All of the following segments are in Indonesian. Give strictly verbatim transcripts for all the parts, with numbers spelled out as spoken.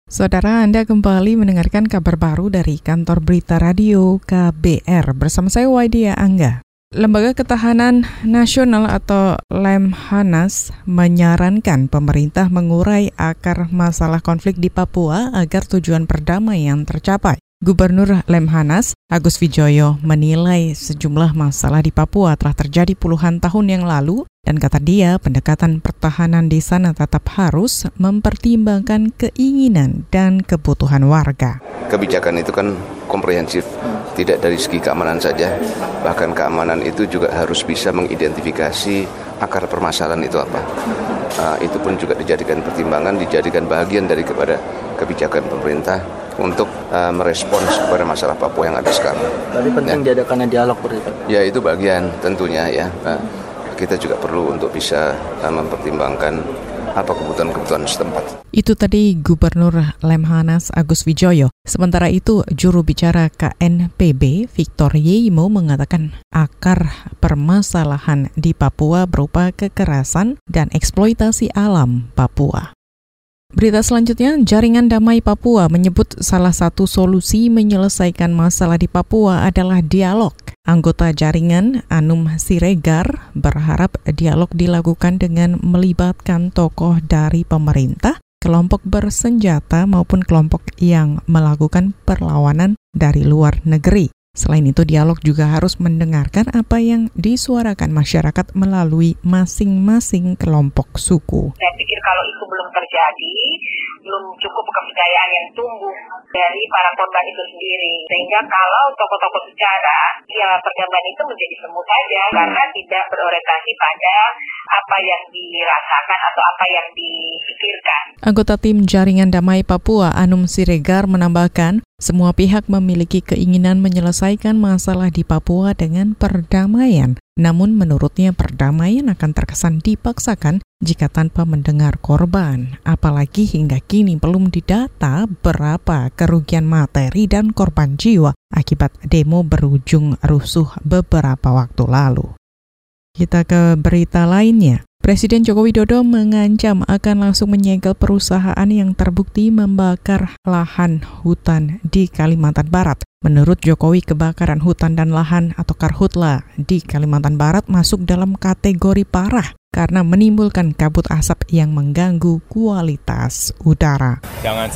Saudara, Anda kembali mendengarkan kabar baru dari kantor berita radio K B R. Bersama saya Waidia Angga. Lembaga Ketahanan Nasional atau Lemhanas menyarankan pemerintah mengurai akar masalah konflik di Papua agar tujuan perdamaian tercapai. Gubernur Lemhanas, Agus Wijoyo, menilai sejumlah masalah di Papua telah terjadi puluhan tahun yang lalu dan kata dia pendekatan pertahanan di sana tetap harus mempertimbangkan keinginan dan kebutuhan warga. Kebijakan itu kan komprehensif, tidak dari segi keamanan saja, bahkan keamanan itu juga harus bisa mengidentifikasi akar permasalahan itu apa. Uh, itu pun juga dijadikan pertimbangan, dijadikan bagian dari kepada kebijakan pemerintah untuk uh, merespons kepada masalah Papua yang ada sekarang. Tadi penting ya. Diadakannya dialog begitu. Ya, itu bagian tentunya ya. Uh, kita juga perlu untuk bisa uh, mempertimbangkan apa kebutuhan-kebutuhan setempat. Itu tadi Gubernur Lemhanas Agus Wijoyo. Sementara itu, juru bicara K N P B Victor Yeimo mengatakan akar permasalahan di Papua berupa kekerasan dan eksploitasi alam Papua. Berita selanjutnya, Jaringan Damai Papua menyebut salah satu solusi menyelesaikan masalah di Papua adalah dialog. Anggota jaringan, Anum Siregar, berharap dialog dilakukan dengan melibatkan tokoh dari pemerintah, kelompok bersenjata maupun kelompok yang melakukan perlawanan dari luar negeri. Selain itu, dialog juga harus mendengarkan apa yang disuarakan masyarakat melalui masing-masing kelompok suku. Saya pikir kalau itu belum terjadi, belum cukup kepercayaan yang tumbuh dari para korban itu sendiri. Sehingga kalau tokoh-tokoh sejarah, ya perdamaian itu menjadi semu saja karena tidak berorientasi pada apa yang dirasakan atau apa yang dipikirkan. Anggota tim Jaringan Damai Papua, Anum Siregar, menambahkan, semua pihak memiliki keinginan menyelesaikan masalah di Papua dengan perdamaian. Namun menurutnya perdamaian akan terkesan dipaksakan jika tanpa mendengar korban. Apalagi hingga kini belum didata berapa kerugian materi dan korban jiwa akibat demo berujung rusuh beberapa waktu lalu. Kita ke berita lainnya. Presiden Joko Widodo mengancam akan langsung menyegel perusahaan yang terbukti membakar lahan hutan di Kalimantan Barat. Menurut Jokowi, kebakaran hutan dan lahan atau Karhutla di Kalimantan Barat masuk dalam kategori parah karena menimbulkan kabut asap yang mengganggu kualitas udara. Jangan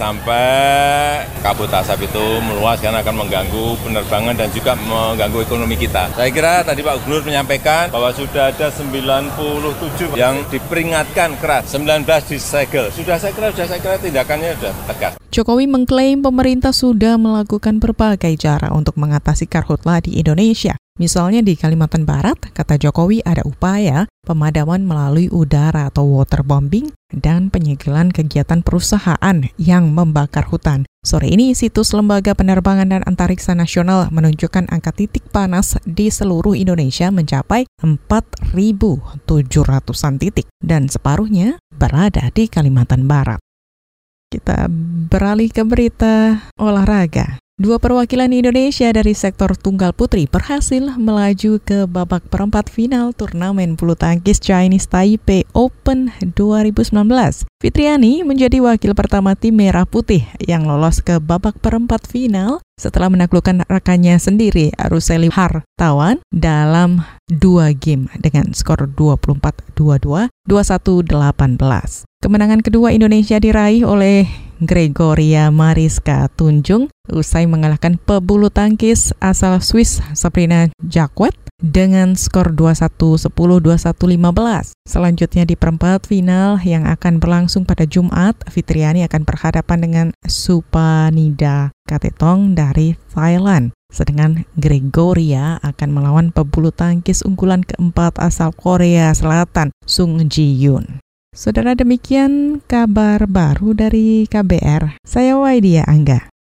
sampai kabut asap itu meluas karena akan mengganggu penerbangan dan juga mengganggu ekonomi kita. Saya kira tadi Pak Gubernur menyampaikan bahwa sudah ada sembilan puluh tujuh yang diperingatkan keras, sembilan belas disegel. Sudah saya kira, sudah saya kira tindakannya sudah tegas. Jokowi mengklaim pemerintah sudah melakukan berbagai cara untuk mengatasi karhutla di Indonesia. Misalnya di Kalimantan Barat, kata Jokowi ada upaya pemadaman melalui udara atau waterbombing dan penyegelan kegiatan perusahaan yang membakar hutan. Sore ini, situs Lembaga Penerbangan dan Antariksa Nasional menunjukkan angka titik panas di seluruh Indonesia mencapai empat ribu tujuh ratusan titik dan separuhnya berada di Kalimantan Barat. Kita beralih ke berita olahraga. Dua perwakilan Indonesia dari sektor tunggal putri berhasil melaju ke babak perempat final turnamen bulu tangkis Chinese Taipei Open dua ribu sembilan belas. Fitriani menjadi wakil pertama tim merah putih yang lolos ke babak perempat final setelah menaklukkan rekannya sendiri Ruseli Hartawan dalam dua game dengan skor dua puluh empat dua puluh dua, dua puluh satu delapan belas. Kemenangan kedua Indonesia diraih oleh Gregoria Mariska Tunjung usai mengalahkan pebulu tangkis asal Swiss Sabrina Jacquet dengan skor dua puluh satu sepuluh, dua puluh satu lima belas. Selanjutnya di perempat final yang akan berlangsung pada Jumat, Fitriani akan berhadapan dengan Supanida Katetong dari Thailand. Sedangkan Gregoria akan melawan pebulu tangkis unggulan keempat asal Korea Selatan, Sung Ji-yoon. Saudara, demikian kabar baru dari K B R. Saya Waidia Angga.